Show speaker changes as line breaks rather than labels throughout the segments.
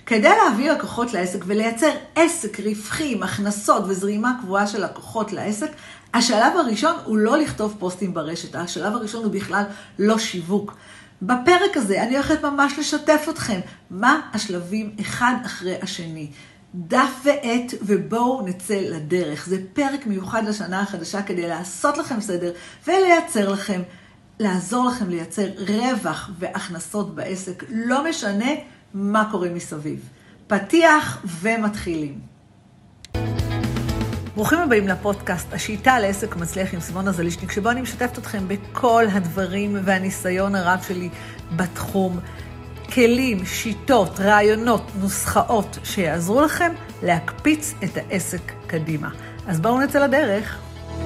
כדי להביא לקוחות לעסק ולייצר עסק רווחי עם הכנסות וזרימה קבועה של לקוחות לעסק, השלב הראשון הוא לא לכתוב פוסטים ברשת, השלב הראשון הוא בכלל לא שיווק. בפרק הזה אני הולכת ממש לשתף אתכם מה השלבים אחד אחרי השני. דף ועט ובואו נצא לדרך. זה פרק מיוחד לשנה החדשה כדי לעשות לכם סדר ולייצר לכם, לעזור לכם לייצר רווח והכנסות בעסק, לא משנה מה קורה מסביב. פתיח ומתחילים. ברוכים הבאים לפודקאסט, השיטה לעסק מצליח עם סימונה זלישניק, שבו אני משתפת אתכם בכל הדברים והניסיון הרב שלי בתחום, כלים, שיטות, רעיונות, נוסחאות שיעזרו לכם להקפיץ את העסק קדימה. אז בואו נצא לדרך.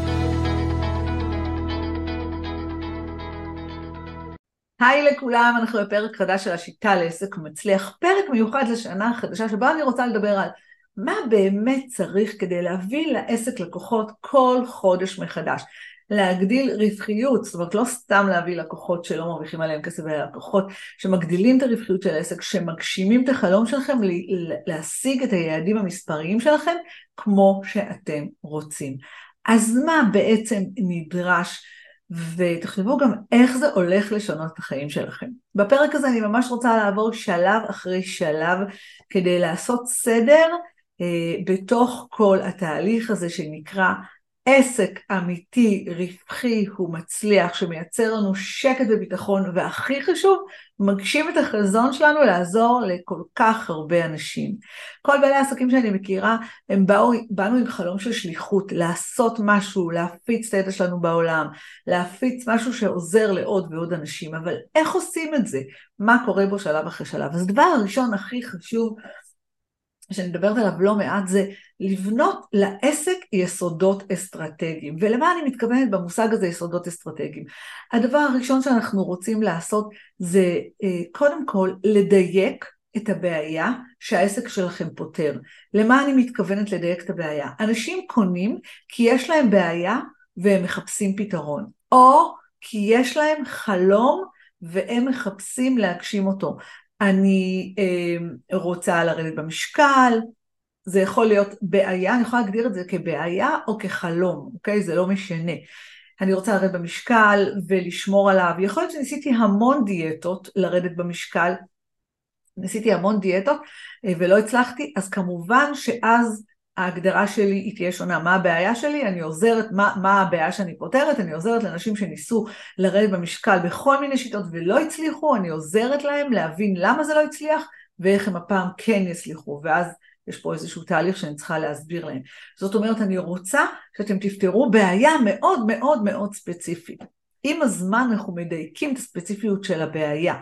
היי לכולם, אנחנו בפרק חדש של השיטה לעסק מצליח, פרק מיוחד לשנה החדשה, שבו אני רוצה לדבר על מה באמת צריך כדי להביא לעסק לקוחות כל חודש מחדש. להגדיל רווחיות, זאת אומרת לא סתם להביא לקוחות שלא מרוויחים עליהם כסף, אלא לקוחות שמגדילים את הרווחיות של העסק, שמגשימים את החלום שלכם להשיג את היעדים המספריים שלכם כמו שאתם רוצים. אז מה בעצם נדרש? ותחשבו גם איך זה הולך לשנות את החיים שלכם. בפרק הזה אני ממש רוצה לעבור שלב אחרי שלב כדי לעשות סדר בתוך כל התהליך הזה שנקרא עסק אמיתי, רווחי, הוא מצליח, שמייצר לנו שקט וביטחון, והכי חשוב, מגשים את החזון שלנו לעזור לכל כך הרבה אנשים. כל בעלי העסקים שאני מכירה, הם באנו עם חלום של שליחות, לעשות משהו, להפיץ את הידע שלנו בעולם, להפיץ משהו שעוזר לעוד ועוד אנשים, אבל איך עושים את זה? מה קורה בו שלב אחרי שלב? אז הדבר הראשון הכי חשוב, שאני מדברת עליו לא מעט, זה לבנות לעסק יסודות אסטרטגיים. ולמה אני מתכוונת במושג הזה יסודות אסטרטגיים? הדבר הראשון שאנחנו רוצים לעשות זה קודם כל לדייק את הבעיה שהעסק שלכם פותר. למה אני מתכוונת לדייק את הבעיה? אנשים קונים כי יש להם בעיה והם מחפשים פתרון, או כי יש להם חלום והם מחפשים להגשים אותו. אני רוצה לרדת במשקל, זה יכול להיות בעיה, אני יכולה להגדיר את זה כבעיה או כחלום, אוקיי? זה לא משנה. אני רוצה לרדת במשקל ולשמור עליו, יכול להיות שניסיתי המון דיאטות לרדת במשקל, ניסיתי המון דיאטות ולא הצלחתי, אז כמובן שאז ההגדרה שלי היא תהיה שונה. מה הבעיה שלי? אני עוזרת, מה הבעיה שאני פותרת? אני עוזרת לאנשים שניסו לרדת במשקל בכל מיני שיטות ולא הצליחו, אני עוזרת להם להבין למה זה לא הצליח, ואיך הם הפעם כן יצליחו, ואז יש פה איזשהו תהליך שאני צריכה להסביר להם. זאת אומרת, אני רוצה שאתם תפתרו בעיה מאוד מאוד מאוד ספציפית. עם הזמן אנחנו מדייקים את הספציפיות של הבעיה,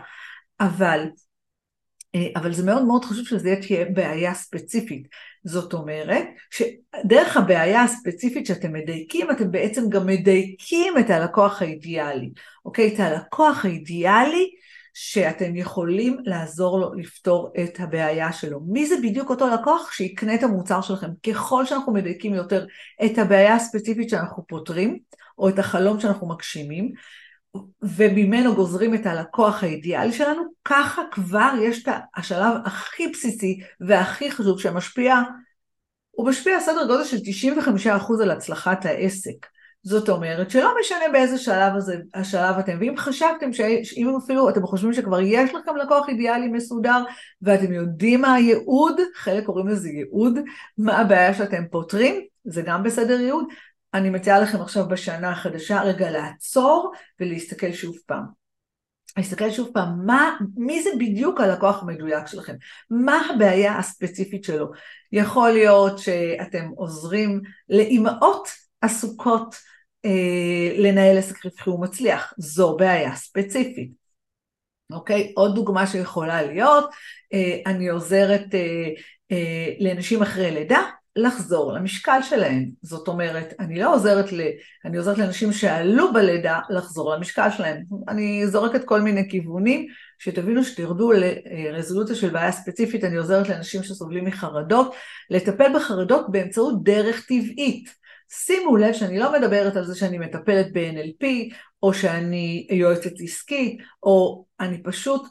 אבל זה מאוד מאוד חשוב שזה תהיה בעיה ספציפית. זאת אומרת שדרך הבעיה הספציפית שאתם מדייקים, אתם בעצם גם מדייקים את הלקוח האידיאלי. אוקיי? את הלקוח האידיאלי שאתם יכולים לעזור לו לפתור את הבעיה שלו. מי זה בדיוק אותו לקוח שיקנה את המוצר שלכם? ככל שאנחנו מדייקים יותר את הבעיה הספציפית שאנחנו פותרים, או את החלום שאנחנו מגשימים, וממנו גוזרים את הלקוח האידיאלי שלנו, ככה כבר יש את השלב הכי בסיסי והכי חשוב שמשפיע, הוא משפיע סדר גודל של 95% על הצלחת העסק. זאת אומרת שלא משנה באיזה השלב אתם, ואם חשבתם שאם אפילו אתם חושבים שכבר יש לכם לקוח אידיאלי מסודר, ואתם יודעים מה הייעוד, חלק קוראים לזה ייעוד, מה הבעיה שאתם פותרים, זה גם בסדר ייעוד, אני מציעה לכם עכשיו בשנה החדשה רגע לעצור ולהסתכל שוב פעם. להסתכל שוב פעם, מי זה בדיוק הלקוח המדויק שלכם? מה הבעיה הספציפית שלו? יכול להיות שאתם עוזרים לאימהות עסוקות לנהל עסק רווחי ומצליח. זו בעיה ספציפית. אוקיי? עוד דוגמה שיכולה להיות, אני עוזרת לאנשים אחרי לידה, לחזור למשקל שלהם. זאת אומרת, אני עוזרת לאנשים שעלו בלידה לחזור למשקל שלהם. אני זורקת כל מיני כיוונים, שתבינו שתרדו לרזולוציה של בעיה ספציפית. אני עוזרת לאנשים שסובלים מחרדות, לטפל בחרדות באמצעות דרך טבעית. שימו לב שאני לא מדברת על זה שאני מטפלת ב-NLP, או שאני יועצת עסקית, או אני פשוט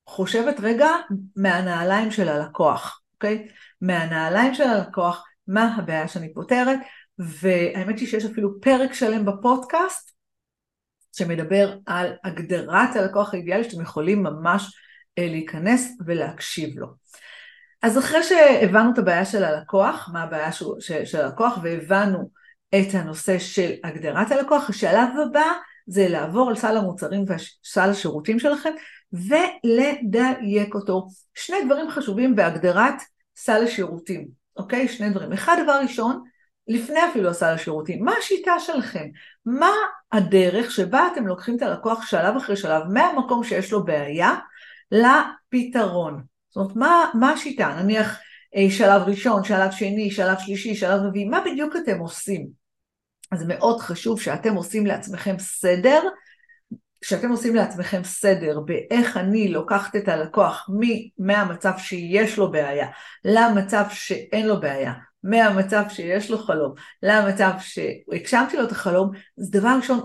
חושבת רגע מהנעליים של הלקוח, אוקיי? מהנעליים של הלקוח, מה הבעיה שאני פותרת, והאמת היא שיש אפילו פרק שלם בפודקאסט, שמדבר על הגדרת הלקוח האידיאלי, שאתם יכולים ממש להיכנס ולהקשיב לו. אז אחרי שהבנו את הבעיה של הלקוח, מה הבעיה של הלקוח, והבנו את הנושא של הגדרת הלקוח, השלב הבא זה לעבור על סל המוצרים וסל השירותים שלכם, ולדייק אותו. שני דברים חשובים בהגדרת סל השירותים, אוקיי? שני דברים. אחד, דבר ראשון, לפני אפילו הסל השירותים, מה השיטה שלכם? מה הדרך שבה אתם לוקחים את הלקוח שלב אחרי שלב, מהמקום שיש לו בעיה, לפתרון? זאת אומרת, מה השיטה? נניח שלב ראשון, שלב שני, שלב שלישי, שלב רביעי, מה בדיוק אתם עושים? אז זה מאוד חשוב שאתם עושים לעצמכם סדר, שאתם עושים לעצמכם סדר באיך אני לוקחת את הלקוח מהמצב שיש לו בעיה, למצב שאין לו בעיה, מהמצב שיש לו חלום, למצב שהגשמתי לו את החלום, זה דבר ראשון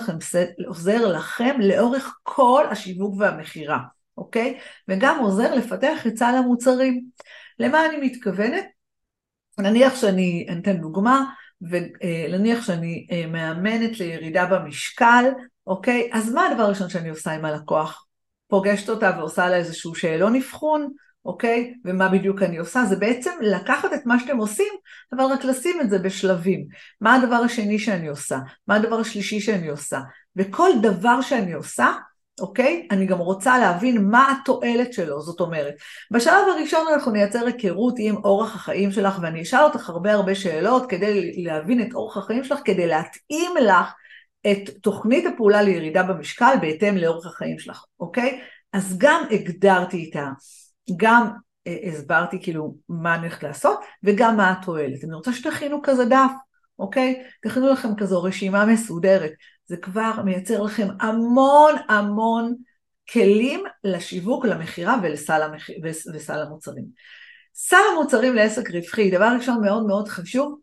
עוזר לכם לאורך כל השיווק והמחירה, אוקיי? וגם עוזר לפתח את סל המוצרים. למה אני מתכוונת? נניח שאני אתן דוגמה, ונניח שאני מאמנת לירידה במשקל, אוקיי? אז מה הדבר הראשון שאני עושה עם הלקוח? פוגשת אותה ועושה לה איזשהו שאלון אבחון, אוקיי? ומה בדיוק אני עושה? זה בעצם לקחת את מה שאתם עושים, אבל רק לשים את זה בשלבים. מה הדבר השני שאני עושה? מה הדבר השלישי שאני עושה? וכל דבר שאני עושה, אוקיי? אני גם רוצה להבין מה התועלת שלו, זאת אומרת. בשלב הראשון אנחנו נייצר היכרות עם אורח החיים שלך, ואני אשאל אותך הרבה שאלות כדי להבין את אורח החיים שלך, כדי להתאים לך את תוכנית הפעולה לירידה במשקל בהתאם לאורח החיים שלך, אוקיי? אז גם הגדרתי איתה, גם הסברתי כאילו מה אני הולכת לעשות, וגם מה התועלת. אני רוצה שתכינו כזה דף, אוקיי? תכינו לכם כזו רשימה מסודרת. זה כבר מייצר לכם המון כלים לשיווק, למחירה וסל המוצרים. סל המוצרים לעסק רווחי, דבר ראשון מאוד חשוב,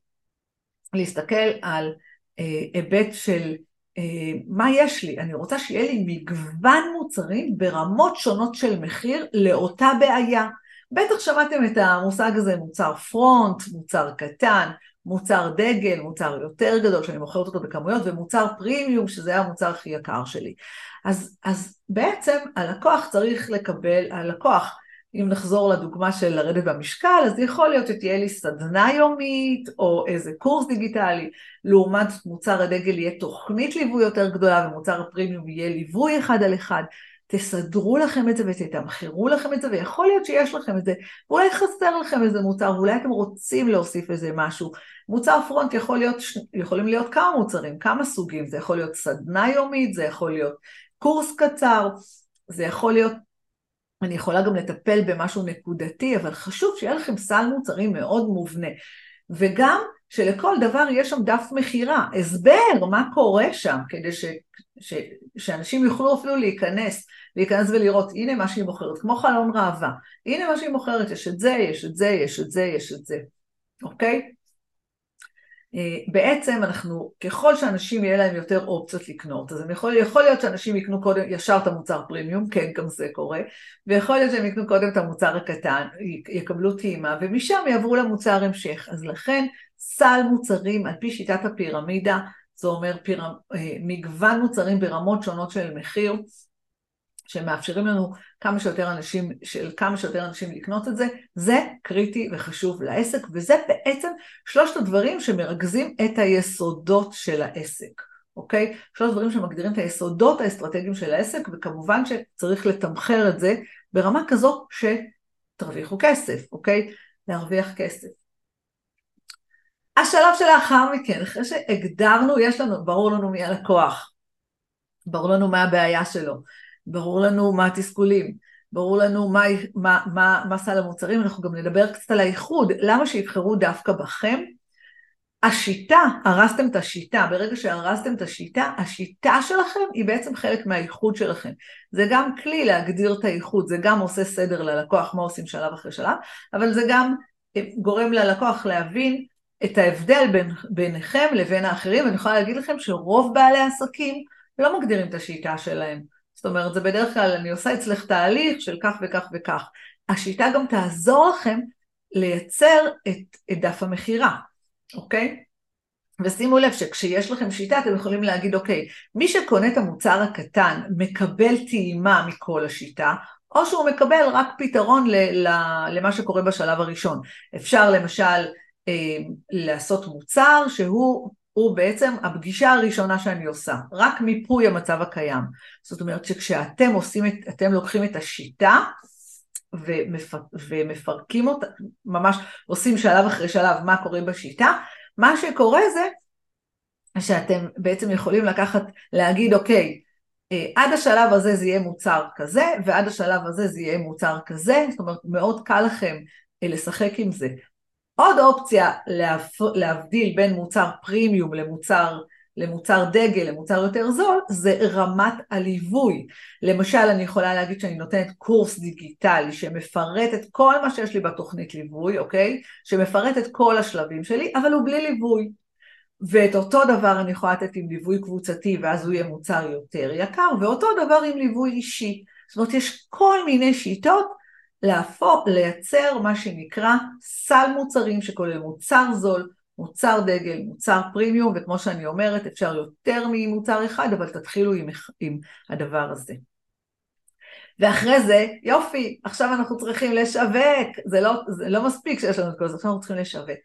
להסתכל על היבט של מה יש לי. אני רוצה שיהיה לי מגוון מוצרים ברמות שונות של מחיר לאותה בעיה. בטח שמעתם את המושג הזה, מוצר פרונט, מוצר קטן, מוצר דגל, מוצר יותר גדול שאני מוכרת אותו בכמויות, ומוצר פרימיום שזה המוצר הכי יקר שלי. אז בעצם הלקוח צריך לקבל, אם נחזור לדוגמה של לרדת במשקל, אז יכול להיות שתהיה לי סדנה יומית, או איזה קורס דיגיטלי, לעומת מוצר הדגל יהיה תוכנית ליווי יותר גדולה, ומוצר הפרימיום יהיה ליווי אחד על אחד. תסדרו לכם את זה ותתמחרו לכם את זה, ויכול להיות שיש לכם את זה, ואולי חסר לכם איזה מוצר, ואולי אתם רוצים להוסיף איזה משהו. מוצר פרונט יכולים להיות כמה מוצרים, כמה סוגים, זה יכול להיות סדנה יומית, זה יכול להיות קורס קצר, זה יכול להיות, אני יכולה גם לטפל במשהו נקודתי, אבל חשוב שיהיה לכם סל מוצרים מאוד מובנה, וגם שלכל דבר יש שם דף מחירה, הסבר מה קורה שם, כדי שאנשים יוכלו אפילו להיכנס ולראות, הנה מה שהיא מוכרת, כמו חלון ראווה, הנה מה שהיא מוכרת, יש את זה, יש את זה, יש את זה, יש את זה, אוקיי? בעצם אנחנו, ככל שאנשים יהיה להם יותר אופציות לקנות, אז יכול להיות שאנשים יקנו קודם ישר את המוצר פרימיום, כן, גם זה קורה, ויכול להיות שהם יקנו קודם את המוצר הקטן, יקבלו טעימה, ומשם יעברו למוצר המשך. אז לכן סל מוצרים על פי שיטת הפירמידה, זה אומר מגוון מוצרים ברמות שונות של מחיר, שמאפשרים לנו כמה שיותר אנשים לקנות את זה, זה קריטי וחשוב לעסק, וזה בעצם שלושת הדברים שמרכזים את היסודות של העסק, אוקיי? שלושת הדברים שמגדירים את היסודות האסטרטגיים של העסק, וכמובן שצריך לתמחר את זה ברמה כזו שתרוויחו כסף, אוקיי? להרוויח כסף. השלב שלאחר מכן, אחרי שהגדרנו, ברור לנו מי הלקוח, ברור לנו מה הבעיה שלו, ברור לנו מה התסכולים, ברור לנו מה סל המוצרים, אנחנו גם נדבר קצת על הייחוד, למה שיבחרו דווקא בכם? השיטה, הרסתם את השיטה, ברגע שהרסתם את השיטה, השיטה שלכם היא בעצם חלק מהייחוד שלכם, זה גם כלי להגדיר את הייחוד, זה גם עושה סדר ללקוח, מה עושים שלב אחרי שלב, אבל זה גם גורם ללקוח להבין את ההבדל ביניכם לבין האחרים, ואני יכולה להגיד לכם שרוב בעלי העסקים לא מגדירים את השיטה שלהם, זאת אומרת, זה בדרך כלל, אני עושה אצלך תהליך של כך וכך וכך. השיטה גם תעזור לכם לייצר את דף המחירה, אוקיי? ושימו לב שכשיש לכם שיטה, אתם יכולים להגיד, אוקיי, מי שקונה את המוצר הקטן מקבל טעימה מכל השיטה, או שהוא מקבל רק פתרון למה שקורה בשלב הראשון. אפשר למשל לעשות מוצר שהוא בעצם הפגישה הראשונה שאני עושה, רק מיפוי המצב הקיים. זאת אומרת שכשאתם אתם לוקחים את השיטה, ומפרקים אותה, ממש עושים שלב אחרי שלב מה קורה בשיטה, מה שקורה זה שאתם בעצם יכולים להגיד, אוקיי, עד השלב הזה זה יהיה מוצר כזה, ועד השלב הזה זה יהיה מוצר כזה, זאת אומרת, מאוד קל לכם לשחק עם זה. עוד אופציה להבדיל בין מוצר פרימיום למוצר דגל, למוצר יותר זול, זה רמת הליווי. למשל, אני יכולה להגיד שאני נותנת קורס דיגיטלי שמפרט את כל מה שיש לי בתוכנית ליווי, אוקיי? שמפרט את כל השלבים שלי, אבל הוא בלי ליווי. ואת אותו דבר אני יכולה לתת עם ליווי קבוצתי, ואז הוא יהיה מוצר יותר יקר, ואותו דבר עם ליווי אישי. זאת אומרת, יש כל מיני שיטות לייצר מה שנקרא סל מוצרים שכולל מוצר זול, מוצר דגל, מוצר פרימיום, וכמו שאני אומרת, אפשר יותר ממוצר אחד, אבל תתחילו עם הדבר הזה. ואחרי זה, יופי, עכשיו אנחנו צריכים לשווק, זה לא מספיק שיש לנו את כל זה, עכשיו אנחנו צריכים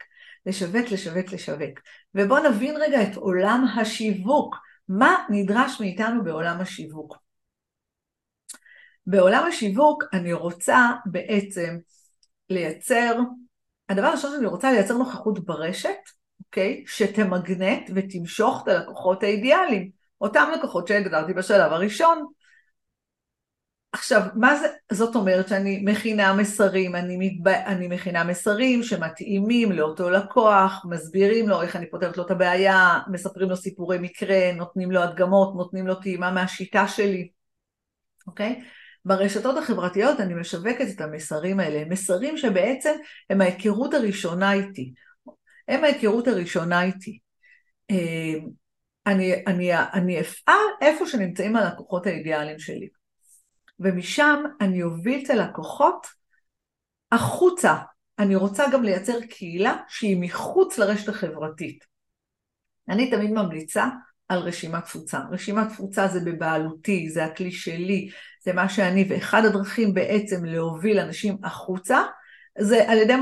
לשווק. ובואו נבין רגע את עולם השיווק, מה נדרש מאיתנו בעולם השיווק. בעולם השיווק אני רוצה בעצם לייצר, הדבר הראשון שאני רוצה לייצר נוכחות ברשת, אוקיי? שתמגנט ותמשוך את הלקוחות האידיאליים, אותם לקוחות שהגדרתי בשלב הראשון. עכשיו, מה זה? זאת אומרת שאני מכינה מסרים, אני מכינה מסרים שמתאימים לאותו לקוח, מסבירים לו איך אני פותרת לו את הבעיה, מספרים לו סיפורי מקרה, נותנים לו הדגמות, נותנים לו טעימה מהשיטה שלי, אוקיי? ברשתות החברתיות אני משווקת את המסרים האלה, מסרים שבעצם הם ההיכרות הראשונה איתי. אני אפעל איפה שנמצאים הלקוחות האידיאליים שלי. ומשם אני אוביל את הלקוחות החוצה. אני רוצה גם לייצר קהילה שהיא מחוץ לרשת החברתית. אני תמיד ממליצה על רשימת תפוצה. רשימת תפוצה זה בבעלותי, זה הכלי שלי, זה מה שאני, ואחד הדרכים בעצם להוביל אנשים החוצה, זה על ידי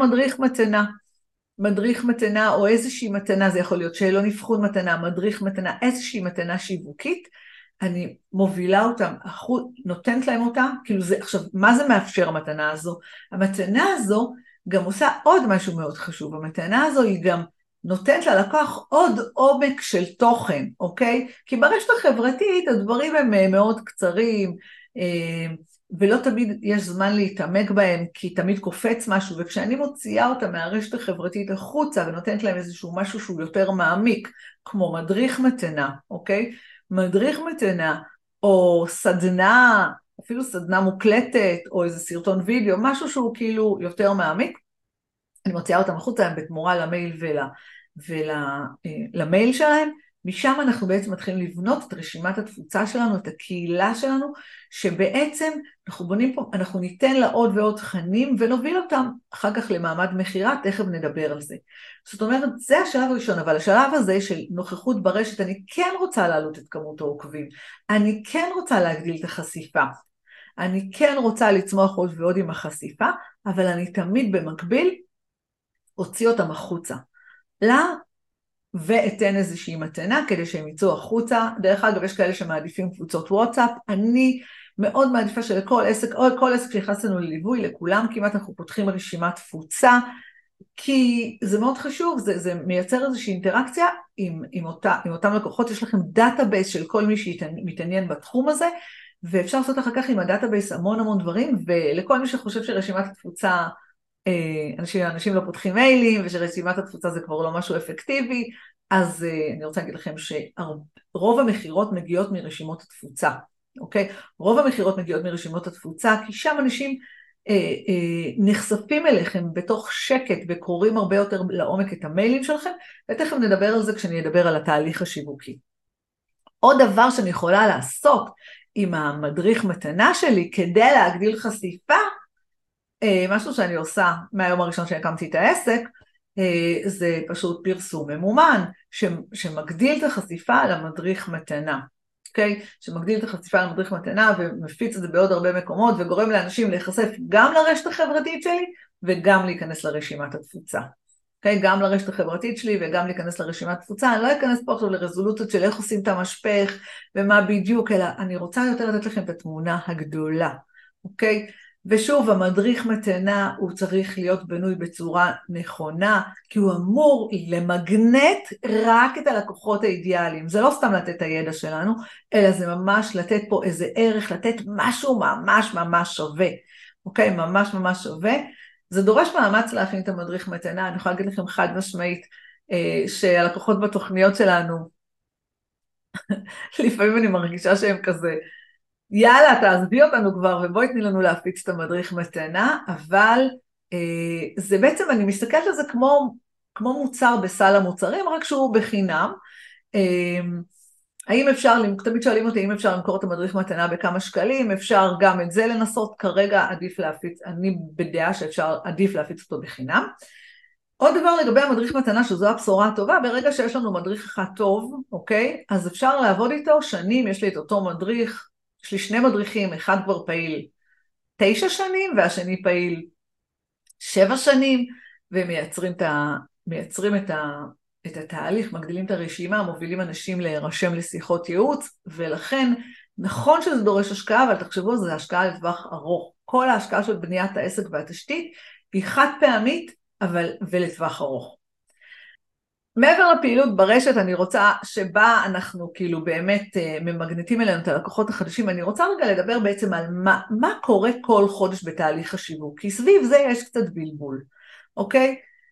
מדריך מתנה או איזושהי מתנה, זה יכול להיות שאלון אבחון מתנה, מדריך מתנה, איזושהי מתנה שיווקית, אני מובילה אותם, נותנת להם אותם, כאילו זה, עכשיו, מה זה מאפשר המתנה הזו? המתנה הזו גם עושה עוד משהו מאוד חשוב, המתנה הזו היא גם נותנת ללקוח עוד עומק של תוכן, אוקיי? כי ברשת החברתית הדברים הם מאוד קצרים, ולא תמיד יש זמן להתעמק בהם, כי תמיד קופץ משהו, וכשאני מוציאה אותם מהרשת החברתית החוצה, ונותנת להם איזשהו משהו שהוא יותר מעמיק, כמו מדריך מתנה, אוקיי? מדריך מתנה, או סדנה, אפילו סדנה מוקלטת, או איזה סרטון וידאו, משהו שהוא כאילו יותר מעמיק, אני מוציאה אותם החוצה בתמורה למייל ולמייל שלהם, משם אנחנו בעצם מתחילים לבנות את רשימת התפוצה שלנו, את הקהילה שלנו, שבעצם אנחנו בונים פה, אנחנו ניתן לה עוד ועוד תכנים, ונוביל אותם אחר כך למעמד מחירה, תכף נדבר על זה. זאת אומרת, זה השלב הראשון, אבל השלב הזה של נוכחות ברשת, אני כן רוצה להעלות את כמות העוקבים, אני כן רוצה להגדיל את החשיפה, אני כן רוצה לצמוח עוד ועוד עם החשיפה, אבל אני תמיד במקביל הוציא אותם החוצה. ואתן איזושהי מתנה כדי שהם יצאו החוצה. דרך אגב, יש כאלה שמעדיפים קבוצות וואטסאפ. אני מאוד מעדיפה שלכל עסק, או כל עסק שיחס לנו לליווי, לכולם כמעט אנחנו פותחים רשימת תפוצה, כי זה מאוד חשוב, זה מייצר איזושהי אינטראקציה עם אותם לקוחות. יש לכם דאטאבייס של כל מי שמתעניין בתחום הזה, ואפשר לעשות אחר כך עם הדאטאבייס המון דברים, ולכל מי שחושב שרשימת התפוצה, אנשים לא פותחים מיילים, ושרשימת התפוצה זה כבר לא משהו אפקטיבי, אז אני רוצה להגיד לכם שרוב המחירות מגיעות מרשימות התפוצה, אוקיי? רוב המחירות מגיעות מרשימות התפוצה, כי שם אנשים נחשפים אליכם בתוך שקט, וקוראים הרבה יותר לעומק את המיילים שלכם, ותכף נדבר על זה כשאני אדבר על התהליך השיווקי. עוד דבר שאני יכולה לעשות עם המדריך מתנה שלי כדי להגדיל חשיפה, משהו שאני עושה מהיום הראשון שהקמתי את העסק, זה פשוט פרסום ממומן, שמגדיל את החשיפה למדריך מתנה. אוקיי? שמגדיל את החשיפה למדריך מתנה ומפיץ את זה בעוד הרבה מקומות, וגורם לאנשים להיחשף גם לרשת החברתית שלי, וגם להיכנס לרשימת התפוצה. אוקיי? גם לרשת החברתית שלי, וגם להיכנס לרשימת התפוצה. אני לא אכנס פה עכשיו לרזולוציות של איך עושים את המשפך, ומה בדיוק, אלא אני רוצה יותר לתת לכם את התמונה הגדולה. אוקיי? ושוב, המדריך מתנה הוא צריך להיות בנוי בצורה נכונה, כי הוא אמור למגנט רק את הלקוחות האידיאליים. זה לא סתם לתת את הידע שלנו, אלא זה ממש לתת פה איזה ערך, לתת משהו ממש ממש שווה. אוקיי? ממש ממש שווה. זה דורש מאמץ להכין את המדריך מתנה. אני יכולה להגיד לכם חד משמעית, שהלקוחות בתוכניות שלנו, לפעמים אני מרגישה שהם כזה, יאללה, תעזבי אותנו כבר, ובואי תני לנו להפיץ את המדריך מתנה, אבל זה בעצם, אני מסתכלת על זה כמו מוצר בסל המוצרים, רק שהוא בחינם. האם אפשר, תמיד שואלים אותי, אם אפשר למכור את המדריך מתנה בכמה שקלים, אפשר גם את זה לנסות, כרגע עדיף להפיץ, אני בדעה שאפשר, עדיף להפיץ אותו בחינם. עוד דבר לגבי המדריך מתנה, שזו הבשורה הטובה, ברגע שיש לנו מדריך אחד טוב, אוקיי? אז אפשר לעבוד איתו שנים, יש לי את אותו מדריך, יש לי 2 מדריכים, אחד כבר פעיל 9 שנים, והשני פעיל 7 שנים, ומייצרים את התהליך, מגדילים את הרשימה, מובילים אנשים להירשם לשיחות ייעוץ, ולכן נכון שזה דורש השקעה, אבל תחשבו, זה השקעה לטווח ארוך. כל ההשקעה של בניית העסק והתשתית היא חד פעמית, ולטווח ארוך. מעבר לפעילות ברשת, אני רוצה שבה אנחנו כאילו באמת ממגנטים אלינו את הלקוחות החדשים, אני רוצה רגע לדבר בעצם על מה קורה כל חודש בתהליך השיווק, כי סביב זה יש קצת בלבול, אוקיי?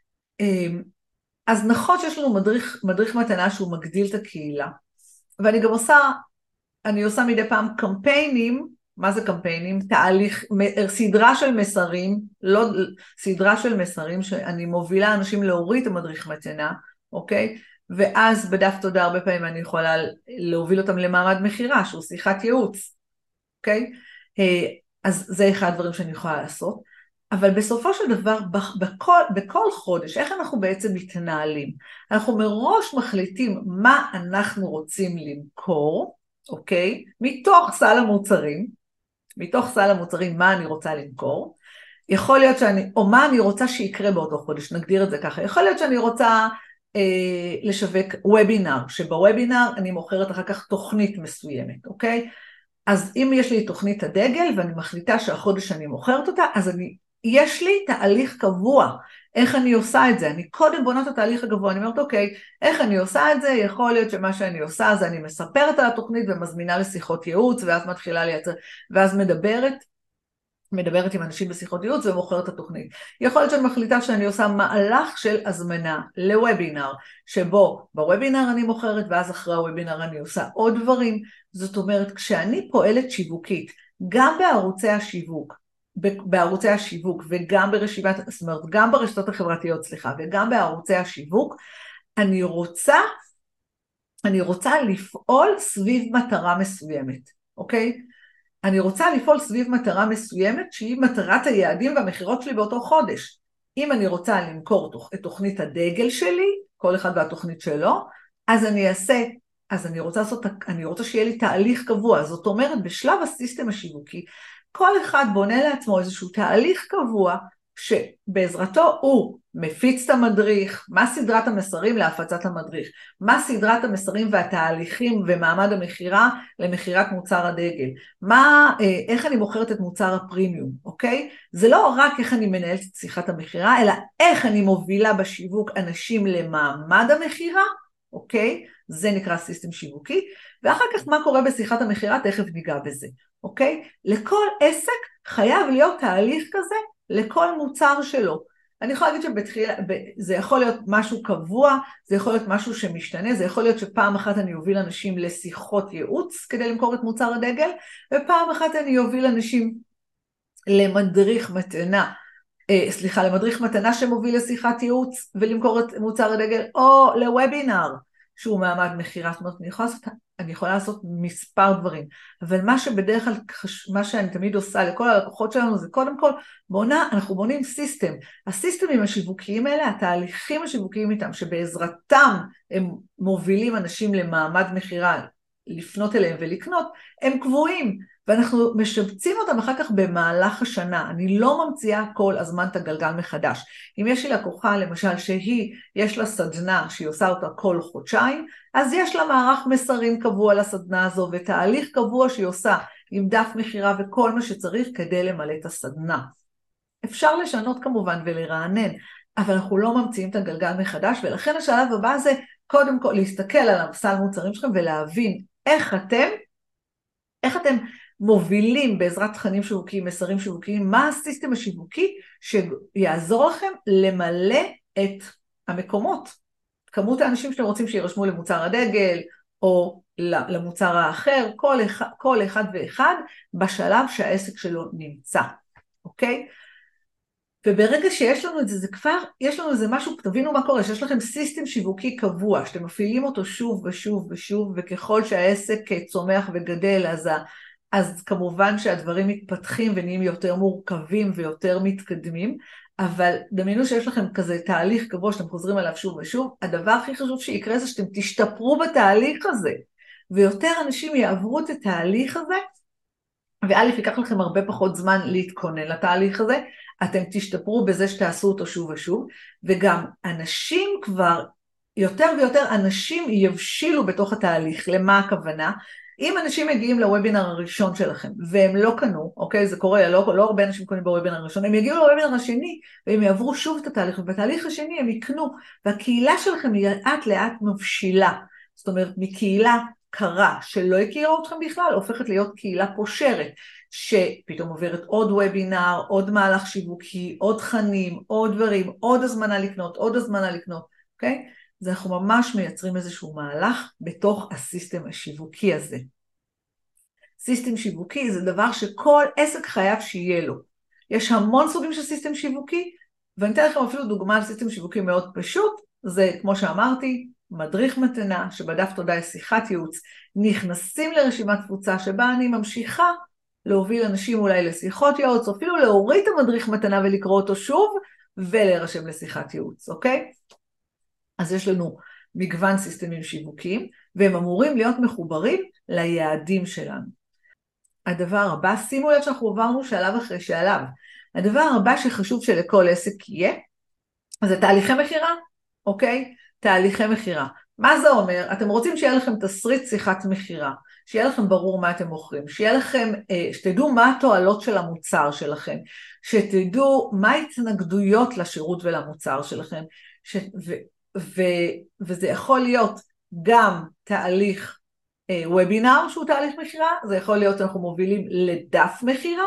אז נכון שיש לנו מדריך מתנה שהוא מגדיל את הקהילה, ואני גם עושה מדי פעם קמפיינים. מה זה קמפיינים? סדרה של מסרים, סדרה של מסרים שאני מובילה אנשים להוריד את המדריך מתנה, אוקיי? ואז בדף תודה הרבה פעמים אני יכולה להוביל אותם למעמד מחירה, שהוא שיחת ייעוץ, אוקיי? אז זה אחד הדברים שאני יכולה לעשות, אבל בסופו של דבר, בכל חודש, איך אנחנו בעצם מתנהלים? אנחנו מראש מחליטים מה אנחנו רוצים למכור, אוקיי? מתוך סל המוצרים, מה אני רוצה למכור. יכול להיות או מה אני רוצה שיקרה באותו חודש, נגדיר את זה ככה. יכול להיות שאני רוצה לשווק וובינר, שבוובינר אני מוכרת אחר כך תוכנית מסוימת, אוקיי? אז אם יש לי תוכנית הדגל, ואני מחליטה שהחודש אני מוכרת אותה, אז יש לי תהליך קבוע, איך אני עושה את זה, אני קודם בונה את התהליך הגבוה, אני אומרת אוקיי, איך אני עושה את זה, יכול להיות שמה שאני עושה, זה אני מספרת על התוכנית ומזמינה לשיחות ייעוץ, ואז מתחילה לייצר, ואז מדברת עם אנשים בשיחות ייעוץ ומוכרת את התוכנית. יכול להיות שאני מחליטה שאני עושה מהלך של הזמנה לוובינר, שבו בוובינר אני מוכרת, ואז אחרי הוובינר אני עושה עוד דברים. זאת אומרת, כשאני פועלת שיווקית, גם בערוצי השיווק וגם זאת אומרת, גם ברשתות החברתיות, וגם בערוצי השיווק, אני רוצה לפעול סביב מטרה מסוימת, אוקיי? אני רוצה לפעול סביב מטרה מסוימת, שהיא מטרת היעדים והמחירות שלי באותו חודש. אם אני רוצה למכור את תוכנית הדגל שלי, כל אחד והתוכנית שלו, אז אני רוצה שיהיה לי תהליך קבוע. זאת אומרת, בשלב הסיסטם השיווקי, כל אחד בונה לעצמו איזשהו תהליך קבוע, שבעזרתו הוא מפיץ את המדריך, מה סדרת המסרים להפצת המדריך, מה סדרת המסרים והתהליכים ומעמד המחירה למחירת מוצר הדגל, איך אני מוכרת את מוצר הפרימיום, אוקיי? זה לא רק איך אני מנהלת את שיחת המחירה, אלא איך אני מובילה בשיווק אנשים למעמד המחירה, אוקיי? זה נקרא סיסטם שיווקי, ואחר כך מה קורה בשיחת המחירה, תכף ניגע בזה, אוקיי? לכל עסק חייב להיות תהליך כזה, לכל מוצר שלו. אני יכולה להגיד זה יכול להיות משהו קבוע, זה יכול להיות משהו שמשתנה, זה יכול להיות שפעם אחת אני אוביל אנשים לשיחות ייעוץ כדי למכור את מוצר הדגל, ופעם אחת אני אוביל אנשים למדריך מתנה שמוביל לשיחת ייעוץ ולמכור את מוצר הדגל, או לוובינר שהוא מעמד מחירה. זאת אומרת, אני יכולה לעשות אני יכולה לעשות מספר דברים, אבל מה שבדרך כלל, מה שאני תמיד עושה לכל הלקוחות שלנו, זה קודם כל, אנחנו בונים סיסטם. הסיסטמים השיווקיים האלה, התהליכים השיווקיים איתם, שבעזרתם הם מובילים אנשים למעמד מחירה, לפנות אליהם ולקנות, הם קבועים, ואנחנו משבצים אותם אחר כך במהלך השנה. אני לא ממציאה כל הזמן את הגלגל מחדש. אם יש לי לקוחה, למשל, יש לה סדנה שהיא עושה אותה כל חודשיים, אז יש לה מערך מסרים קבוע לסדנה הזו, ותהליך קבוע שהיא עושה עם דף מחירה וכל מה שצריך כדי למלא את הסדנה. אפשר לשנות כמובן ולרענן, אבל אנחנו לא ממציאים את הגלגל מחדש, ולכן השלב הבא זה קודם כל להסתכל על הסל מוצרים שלכם ולהבין איך אתם מובילים בעזרת תכנים שיווקיים, מסרים שיווקיים, מה הסיסטם השיווקי שיעזור לכם למלא את המקומות. כמות האנשים שאתם רוצים שירשמו למוצר הדגל, או למוצר האחר, כל אחד ואחד בשלב שהעסק שלו נמצא, אוקיי? וברגע שיש לנו את זה, זה כבר, יש לנו איזה משהו, תבינו מה קורה, שיש לכם סיסטם שיווקי קבוע, שאתם מפעילים אותו שוב ושוב ושוב, וככל שהעסק צומח וגדל, אז כמובן שהדברים מתפתחים ונהיים יותר מורכבים ויותר מתקדמים, אבל דמיינו שיש לכם כזה תהליך קבוע שאתם חוזרים עליו שוב ושוב, הדבר הכי חשוב שיקרה זה שאתם תשתפרו בתהליך הזה, ויותר אנשים יעברו את התהליך הזה, וא' ייקח לכם הרבה פחות זמן להתכונן לתהליך הזה, אתם תשתפרו בזה שתעשו אותו שוב ושוב, וגם אנשים כבר, יותר ויותר אנשים יבשילו בתוך התהליך. למה הכוונה? אם אנשים מגיעים לוובינר הראשון שלכם, והם לא קנו, אוקיי, זה קורה, לא הרבה אנשים קונים בוובינר הראשון, הם יגיעו לוובינר השני, והם יעברו שוב את התהליך, ובתהליך השני הם יקנו, והקהילה שלכם היא לאט לאט מבשילה, זאת אומרת, מקהילה קרה, שלא הכירה אתכם בכלל, הופכת להיות קהילה פושרת, שפתאום עוברת עוד וובינר, עוד מהלך שיווקי, עוד תכנים, עוד דברים, עוד הזמנה לקנות, אוקיי? אז אנחנו ממש מייצרים איזשהו מהלך בתוך הסיסטם השיווקי הזה. סיסטם שיווקי זה דבר שכל עסק חייב שיהיה לו. יש המון סוגים של סיסטם שיווקי, ואני אתן לכם אפילו דוגמה על סיסטם שיווקי מאוד פשוט, זה כמו שאמרתי, מדריך מתנה, שבדף תודה יש שיחת ייעוץ, נכנסים לרשימת קבוצה שבה אני ממשיכה להוביל אנשים אולי לשיחות ייעוץ, או אפילו להוריד את המדריך מתנה ולקרוא אותו שוב, ולהירשם לשיחת ייעוץ, אוקיי? אז יש לנו מגוון סיסטמים שיווקיים, והם אמורים להיות מחוברים ליעדים שלנו. הדבר הבא, שימו לב שאנחנו עברנו שלב אחרי שלב, הדבר הבא שחשוב שלכל עסק יהיה, זה תהליכי מחירה, אוקיי? תהליכי מחירה. מה זה אומר? אתם רוצים שיהיה לכם תסריט שיחת מחירה, שיהיה לכם ברור מה אתם מוכרים, שיהיה לכם, שתדעו מה התועלות של המוצר שלכם, שתדעו מה ההתנגדויות לשירות ולמוצר שלכם, וזה יכול להיות גם תהליך וובינר שהוא תהליך מחירה, זה יכול להיות אנחנו מובילים לדף מחירה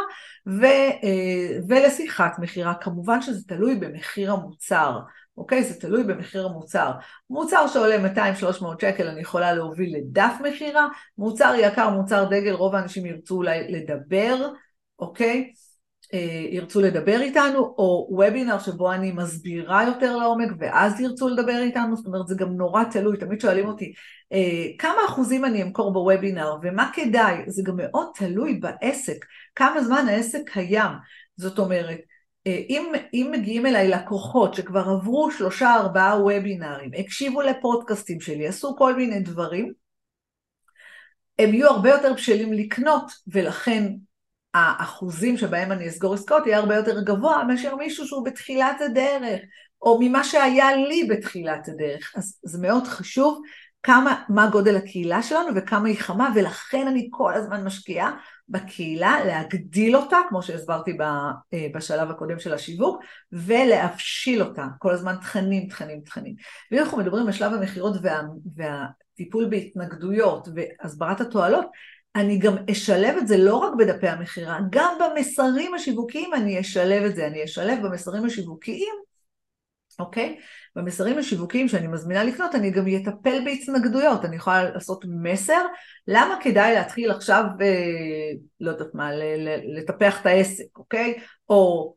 ולשיחת מחירה, כמובן שזה תלוי במחיר המוצר, אוקיי? זה תלוי במחיר המוצר. מוצר שעולה 200-300 שקל אני יכולה להוביל לדף מחירה, מוצר יקר, מוצר דגל, רוב האנשים ירצו אולי לדבר, אוקיי? ירצו לדבר איתנו, או וובינר שבו אני מסבירה יותר לעומק, ואז ירצו לדבר איתנו, זאת אומרת, זה גם נורא תלוי, תמיד שואלים אותי, כמה אחוזים אני אמכור בוובינר, ומה כדאי? זה גם מאוד תלוי בעסק, כמה זמן העסק קיים, זאת אומרת, אם מגיעים אליי לקוחות שכבר עברו 3-4 וובינרים, הקשיבו לפודקאסטים שלי, עשו כל מיני דברים, הם יהיו הרבה יותר בשלים לקנות, ולכן האחוזים שבהם אני אסגור עסקאות יהיה הרבה יותר גבוה מאשר מישהו שהוא בתחילת הדרך, או ממה שהיה לי בתחילת הדרך. אז זה מאוד חשוב מה גודל הקהילה שלנו וכמה היא חמה, ולכן אני כל הזמן משקיעה בקהילה, להגדיל אותה, כמו שהסברתי בשלב הקודם של השיווק, ולהפשיל אותה, כל הזמן תכנים. ואם אנחנו מדברים בשלב המחירות והטיפול בהתנגדויות והסברת התועלות, אני גם אשלב את זה לא רק בדפי המחירה, גם במסרים השיווקיים אני אשלב את זה, אני אשלב במסרים השיווקיים, אוקיי? במסרים השיווקיים שאני מזמינה לקנות, אני גם אטפל בהתנגדויות, אני יכולה לעשות מסר, למה כדאי להתחיל עכשיו, לא יודעת מה, לטפח את העסק, אוקיי? או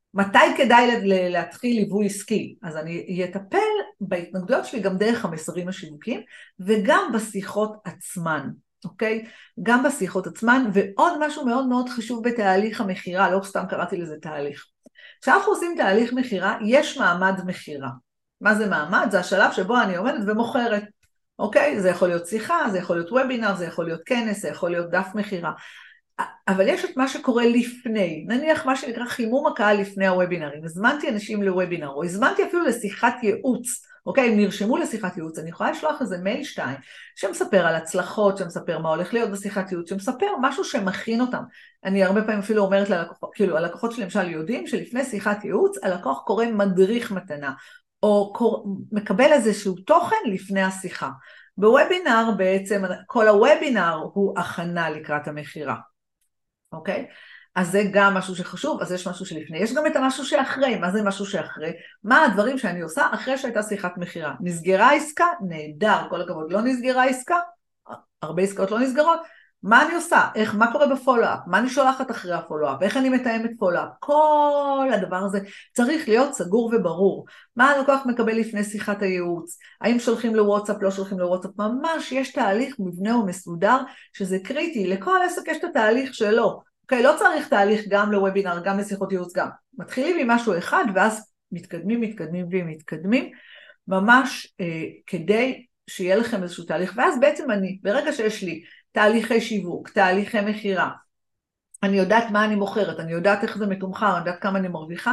מתי כדאי להתחיל ליווי עסקי? אז אני אטפל בהתנגדויות שלי גם דרך המסרים השיווקיים, וגם בשיחות עצמן, אוקיי? גם בשיחות עצמן, ועוד משהו מאוד מאוד חשוב בתהליך המחירה, לא סתם קראתי לזה תהליך. כשאנחנו עושים תהליך מחירה, יש מעמד מחירה. מה זה מעמד? זה השלב שבו אני עומדת ומוכרת, אוקיי? זה יכול להיות שיחה, זה יכול להיות וובינר, זה יכול להיות כנס, זה יכול להיות דף מחירה. אבל יש את מה שקורה לפני, נניח מה שנקרא חימום הקהל לפני הוובינרים, הזמנתי אנשים לוובינר, או הזמנתי אפילו לשיחת ייעוץ, אוקיי, הם נרשמו לשיחת ייעוץ, אני יכולה לשלוח איזה מייל 2, שמספר על הצלחות, שמספר מה הולך להיות בשיחת ייעוץ, שמספר משהו שמכין אותם. אני הרבה פעמים אפילו אומרת ללקוחות, כאילו הלקוחות שלי למשל יודעים שלפני שיחת ייעוץ, הלקוח קורא מדריך מתנה, או מקבל איזשהו תוכן לפני השיחה. בוובינר בעצם, כל הוובינר הוא הכנה לקראת המחירה. אוקיי? אז זה גם משהו שחשוב, אז יש משהו שלפני. יש גם את המשהו שאחרי. מה זה משהו שאחרי? מה הדברים שאני עושה אחרי שהייתה שיחת מחירה? נסגרה עסקה? נהדר, כל הכבוד. לא נסגרה עסקה? הרבה עסקאות לא נסגרות. מה אני עושה? מה קורה בפולו-אפ? מה אני שולחת אחרי הפולו-אפ? איך אני מתאמת פולו-אפ? כל הדבר הזה צריך להיות סגור וברור. מה הלקוח מקבל לפני שיחת הייעוץ? האם שולחים לוואטסאפ, לא שולחים לוואטסאפ? ממש יש תהליך מבנה ומסודר שזה קריטי. לכל עסק יש את התהליך שלו. אוקיי, לא צריך תהליך גם לוובינר, גם לשיחות ייעוץ, גם. מתחילים עם משהו אחד ואז מתקדמים, ממש כדי שיהיה לכם איזשהו תהליך. ואז בעצם ברגע שיש לי תהליכי שיווק, תהליכי מחירה, אני יודעת מה אני מוכרת, אני יודעת איך זה מתומחר, אני יודעת כמה אני מרוויחה,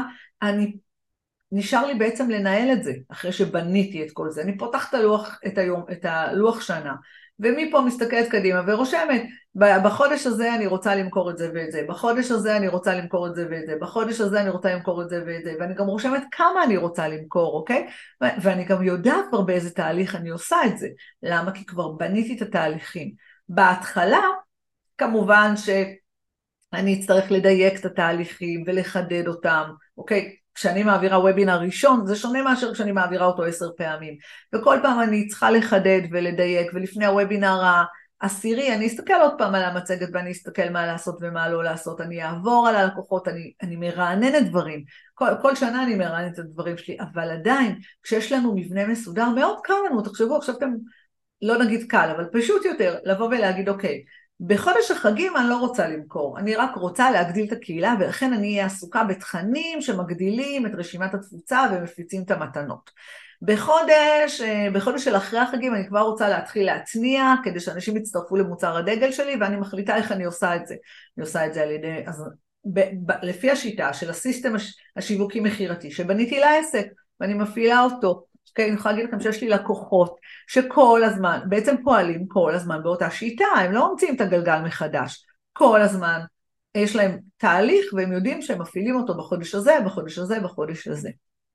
נשאר לי בעצם לנהל את זה, אחרי שבניתי את כל זה. אני פותחת את הלוח שנה, ומפה מסתכלת קדימה ורושמת, בחודש הזה אני רוצה למכור את זה ואת זה, בחודש הזה אני רוצה למכור את זה ואת זה, בחודש הזה אני רוצה למכור את זה ואת זה, ואני גם רושמת כמה אני רוצה למכור, אוקיי? ואני גם יודעת כבר באיזה תהליך אני עושה את זה. למה? כי כבר בניתי את התהליכים. בהתחלה, כמובן שאני אצטרך לדייק את התהליכים ולחדד אותם, אוקיי? כשאני מעבירה וובינר ראשון, זה שונה מאשר כשאני מעבירה אותו 10 פעמים. וכל פעם אני צריכה לחדד ולדייק, ולפני הוובינר העשירי, אני אסתכל עוד פעם על המצגת, ואני אסתכל מה לעשות ומה לא לעשות, אני אעבור על הלקוחות, אני מרעננת דברים. כל שנה אני מרעננת את הדברים שלי, אבל עדיין, כשיש לנו מבנה מסודר, מאוד קל לנו, תחשבו, עכשיו אתם, לא נגיד קל, אבל פשוט יותר, לבוא ולהגיד, אוקיי, בחודש החגים אני לא רוצה למכור, אני רק רוצה להגדיל את הקהילה, ולכן אני אהיה עסוקה בתכנים שמגדילים את רשימת התפוצה ומפיצים את המתנות. בחודש של אחרי החגים אני כבר רוצה להתחיל להצניע, כדי שאנשים יצטרפו למוצר הדגל שלי, ואני מחליטה איך אני עושה את זה. אני עושה את זה על ידי, לפי השיטה של הסיסטם השיווקי מחירתי, שבניתי לעסק, ואני מפעילה אותו. אני יכולה להגיד לכם שיש לי לקוחות שכל הזמן, בעצם פועלים כל הזמן באותה שיטה, הם לא ממציאים את הגלגל מחדש, כל הזמן יש להם תהליך והם יודעים שהם מפעילים אותו בחודש הזה, בחודש הזה, בחודש הזה.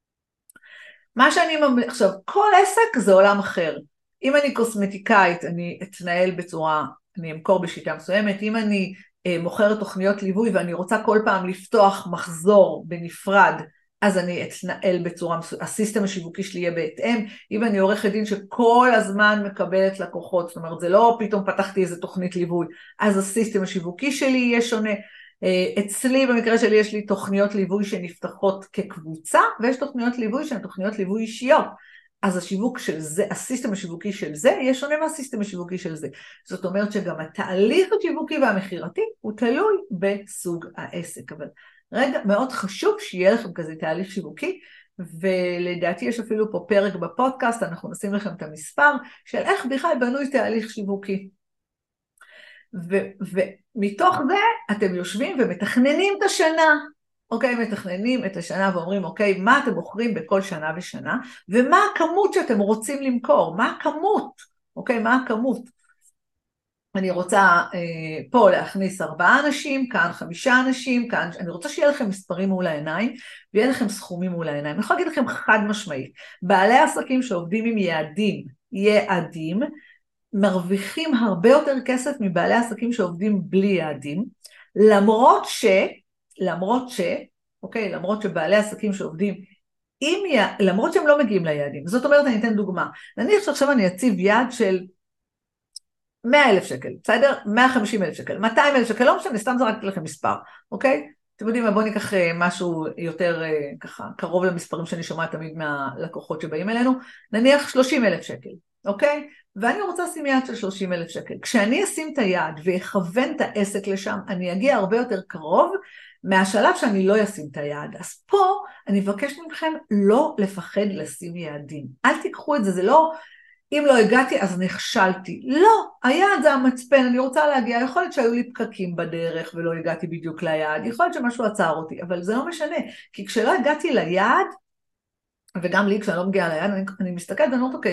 מה שאני עכשיו, כל עסק זה עולם אחר. אם אני קוסמטיקאית, אני אתנהל בצורה, אני אמכור בשיטה מסוימת, אם אני מוכרת תוכניות ליווי ואני רוצה כל פעם לפתוח מחזור בנפרד, אז אני אתנהל בצורה מסוימת, הסיסטם השיווקי שלי יהיה בהתאם. אם אני עורכת דין שכל הזמן מקבלת לקוחות, זאת אומרת, זה לא פתאום פתחתי איזה תוכנית ליווי, אז הסיסטם השיווקי שלי יהיה שונה. אצלי, במקרה שלי, יש לי תוכניות ליווי שנפתחות כקבוצה, ויש תוכניות ליווי שהן תוכניות ליווי אישיות. אז השיווק של זה, הסיסטם השיווקי של זה, יהיה שונה מהסיסטם השיווקי של זה. זאת אומרת שגם התהליך השיווקי והמחירתי הוא תלוי בסוג העסק. אבל רגע, מאוד חשוב שיהיה לכם כזה תהליך שיווקי, ולדעתי יש אפילו פה פרק בפודקאסט, אנחנו נשים לכם את המספר של איך בכלל בנוי תהליך שיווקי. ומתוך זה אתם יושבים ומתכננים את השנה, אוקיי, מתכננים את השנה ואומרים, אוקיי, מה אתם מוכרים בכל שנה ושנה, ומה הכמות שאתם רוצים למכור, מה הכמות, אוקיי, מה הכמות. אני רוצה פה להכניס 4 אנשים, כאן 5 אנשים, כאן, אני רוצה שיהיה לכם מספרים מול העיניים, ויהיה לכם סכומים מול העיניים. אני יכולה להגיד לכם חד משמעית, בעלי עסקים שעובדים עם יעדים, מרוויחים הרבה יותר כסף מבעלי עסקים שעובדים בלי יעדים, למרות שבעלי עסקים שעובדים למרות שהם לא מגיעים ליעדים. זאת אומרת, אני אתן דוגמה. נניח שעכשיו אני אציב יעד של 100,000 שקל, בסדר? 150,000 שקל, 200,000 שקל, לא משנה, סתם זרקתי לכם מספר, אוקיי? אתם יודעים מה, בואו ניקח משהו יותר ככה, קרוב למספרים שאני שומעת תמיד מהלקוחות שבאים אלינו, נניח 30,000 שקל, אוקיי? ואני רוצה לשים יעד של 30,000 שקל. כשאני אשים את היעד ואכוון את העסק לשם, אני אגיע הרבה יותר קרוב מהשלב שאני לא אשים את היעד. אז פה אני מבקש מכם לא לפחד לשים יעדים. אל תיקחו את זה, זה לא, אם לא הגעתי אז נכשלתי. לא, היעד זה המצפן, אני רוצה להגיע, יכול להיות שהיו לי פקקים בדרך ולא הגעתי בדיוק ליעד, יכול להיות שמשהו עצר אותי, אבל זה לא משנה, כי כשלא הגעתי ליעד, וגם לי כשאני לא מגיעה ליעד, אני מסתכלת ואני אומרת,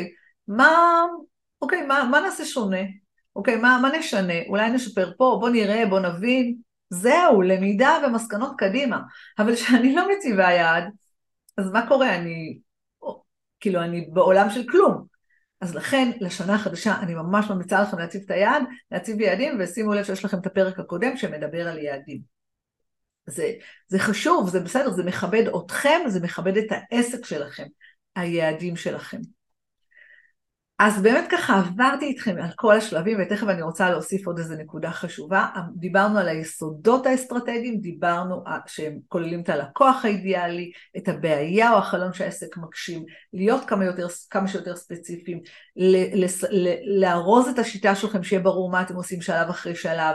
מה נעשה שונה? אוקיי, מה נשנה? אולי נשפר פה, בוא נראה, בוא נבין. זהו, למידה ומסקנות קדימה. אבל כשאני לא מציבה יעד, אז מה קורה? אני בעולם של כלום. אז לכן, לשנה החדשה, אני ממש ממליצה לכם להציב את היעד, להציב יעדים, ושימו לב שיש לכם את הפרק הקודם שמדבר על יעדים. זה חשוב, זה בסדר, זה מכבד אתכם, זה מכבד את העסק שלכם, היעדים שלכם. אז באמת ככה עברתי איתכם על כל השלבים, ותכף אני רוצה להוסיף עוד איזו נקודה חשובה. דיברנו על היסודות האסטרטגיים, דיברנו שהם כוללים את הלקוח האידיאלי, את הבעיה או החלום שהעסק מגשים, להיות כמה שיותר ספציפיים, לארוז את השיטה שלכם, שיהיה ברור מה אתם עושים שלב אחרי שלב,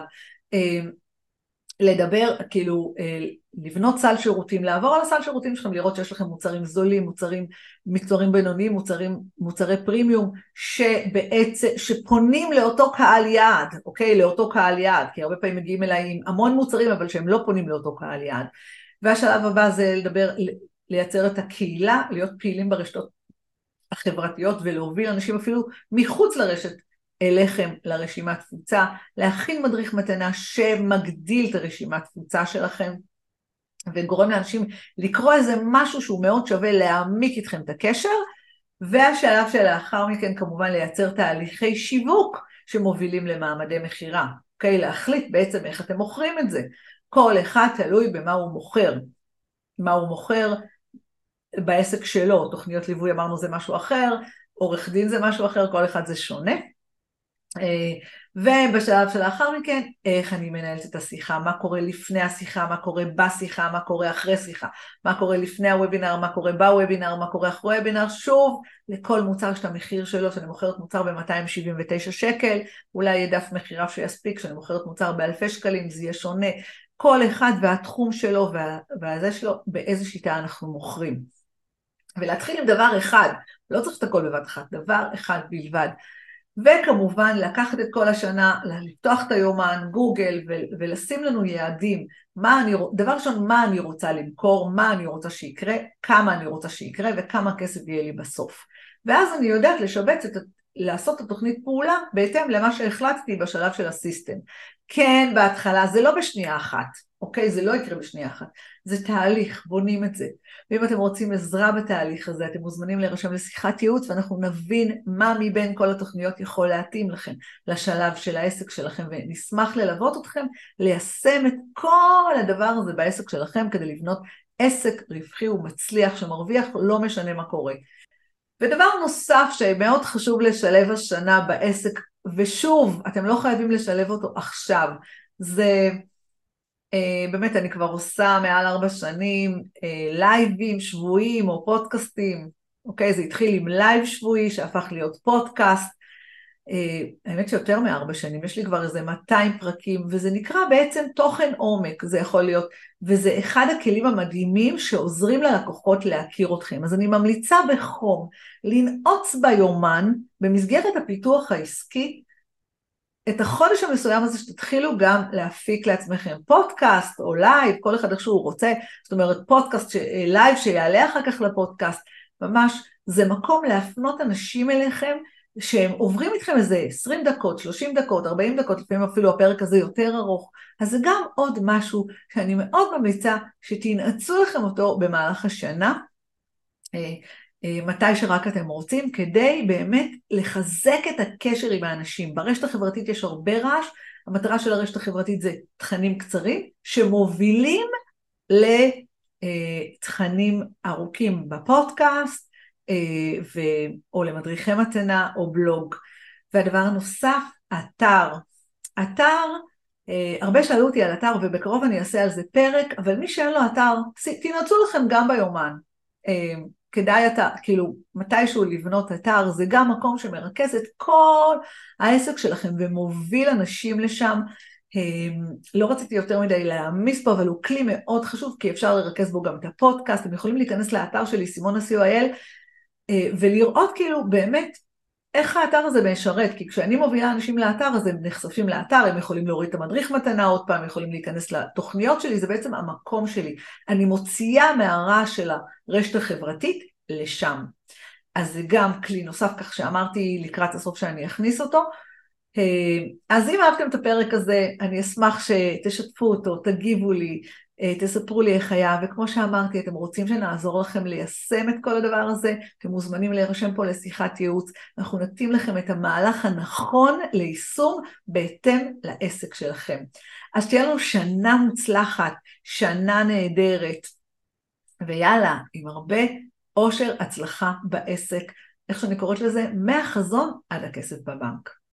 לדבר, כאילו, לבנות סל שירותים, לעבור על הסל שירותים שלכם, לראות שיש לכם מוצרים זולים, מוצרים בינוניים, מוצרי פרימיום, שפונים לאותו קהל יעד, אוקיי? לאותו קהל יעד, כי הרבה פעמים מגיעים אליי עם המון מוצרים, אבל שהם לא פונים לאותו קהל יעד. והשלב הבא זה לייצר את הקהילה, להיות פעילים ברשתות החברתיות, ולהוביל אנשים אפילו מחוץ לרשת, אליכם לרשימת תפוצה, להכין מדריך מתנה שמגדיל את הרשימת תפוצה שלכם, וגורם לאנשים לקרוא איזה משהו שהוא מאוד שווה להעמיק איתכם את הקשר, והשלב שלאחר מכן כמובן לייצר תהליכי שיווק שמובילים למעמדי מחירה, אוקיי? להחליט בעצם איך אתם מוכרים את זה. כל אחד תלוי במה הוא מוכר, מה הוא מוכר בעסק שלו, תוכניות ליווי אמרנו זה משהו אחר, עורך דין זה משהו אחר, כל אחד זה שונה. ובשלב שלאחר מכן, איך אני מנהלת את השיחה, מה קורה לפני השיחה, מה קורה בשיחה, מה קורה אחרי שיחה, מה קורה לפני הוובינר, מה קורה בוובינר, מה קורה אחרי הוובינר, שוב, לכל מוצר שאת המחיר שלו, שאני מוכרת מוצר ב-279 שקל, אולי יהיה דף מחירה שיספיק, שאני מוכרת מוצר באלפי שקלים, זה יהיה שונה, כל אחד והתחום שלו והזה שלו, באיזה שיטה אנחנו מוכרים. ולהתחיל עם דבר אחד, לא צריך את הכל בבת אחת, דבר אחד בלבד. וכמובן לקחת את כל השנה, לפתוח את היומן, גוגל, ולשים לנו יעדים, דבר ראשון, מה אני רוצה למכור, מה אני רוצה שיקרה, כמה אני רוצה שיקרה, וכמה כסף יהיה לי בסוף. ואז אני יודעת לשבץ לעשות את התוכנית פעולה, בהתאם למה שהחלטתי בשלב של הסיסטם. כן, בהתחלה, זה לא בשנייה אחת, אוקיי? זה לא יקרה בשנייה אחת. זה תהליך, בונים את זה. ואם אתם רוצים עזרה בתהליך הזה, אתם מוזמנים להירשם לשיחת ייעוץ, ואנחנו נבין מה מבין כל התוכניות יכול להתאים לכם, לשלב של העסק שלכם, ונשמח ללוות אתכם, ליישם את כל הדבר הזה בעסק שלכם, כדי לבנות עסק רווחי ומצליח, שמרוויח לא משנה מה קורה. ודבר נוסף שמאוד חשוב לשלב השנה בעסק, ושוב, אתם לא חייבים לשלב אותו עכשיו, זה באמת אני כבר עושה מעל 4 שנים לייבים שבועיים או פודקאסטים, אוקיי? זה התחיל עם לייב שבועי שהפך להיות פודקאסט, האמת שיותר מ4 שנים, יש לי כבר איזה 200 פרקים, וזה נקרא בעצם תוכן עומק, זה יכול להיות, וזה אחד הכלים המדהימים שעוזרים ללקוחות להכיר אתכם. אז אני ממליצה בחום לנעוץ ביומן, במסגרת הפיתוח העסקי, את החודש המסוים הזה שתתחילו גם להפיק לעצמכם פודקאסט או לייב, כל אחד איך שהוא רוצה, זאת אומרת פודקאסט, לייב שיעלה אחר כך לפודקאסט, ממש זה מקום להפנות אנשים אליכם, שהם עוברים איתכם איזה 20 דקות, 30 דקות, 40 דקות, לפעמים אפילו הפרק הזה יותר ארוך, אז זה גם עוד משהו שאני מאוד ממליצה שתנעצו לכם אותו במהלך השנה, מתי שרק אתם רוצים, כדי באמת לחזק את הקשר עם האנשים. ברשת החברתית יש הרבה רעש, המטרה של הרשת החברתית זה תכנים קצרים, שמובילים לתכנים ארוכים בפודקאסט, או למדריכי מתנה או בלוג. והדבר הנוסף, אתר. אתר הרבה שאלו אותי על אתר, ובקרוב אני אעשה על זה פרק, אבל מי שאין לו אתר, תנצו לכם גם ביומן. כדאי אתה, כאילו, מתישהו לבנות אתר, זה גם מקום שמרכז את כל העסק שלכם, ומוביל אנשים לשם. לא רציתי יותר מדי להעמיס פה, אבל הוא כלי מאוד חשוב, כי אפשר לרכז בו גם את הפודקאסט. אתם יכולים להיכנס לאתר שלי, סימונה co.il, ולראות כאילו באמת, איך האתר הזה משרת? כי כשאני מובילה אנשים לאתר, אז הם נחשפים לאתר, הם יכולים להוריד את המדריך מתנה עוד פעם, יכולים להיכנס לתוכניות שלי, זה בעצם המקום שלי. אני מוציאה מהרעש של הרשת החברתית לשם. אז זה גם כלי נוסף, כך שאמרתי לקראת הסוף שאני אכניס אותו. אז אם אהבתם את הפרק הזה, אני אשמח שתשתפו אותו, תגיבו לי, תספרו לי איך היה, וכמו שאמרתי, אתם רוצים שנעזור לכם ליישם את כל הדבר הזה, אתם מוזמנים להירשם פה לשיחת ייעוץ, אנחנו נתאים לכם את המהלך הנכון ליישום בהתאם לעסק שלכם. אז תהיה לנו שנה מוצלחת, שנה נהדרת, ויאללה, עם הרבה אושר, הצלחה בעסק, איך שאני קוראת לזה, מהחזון עד הכסף בבנק.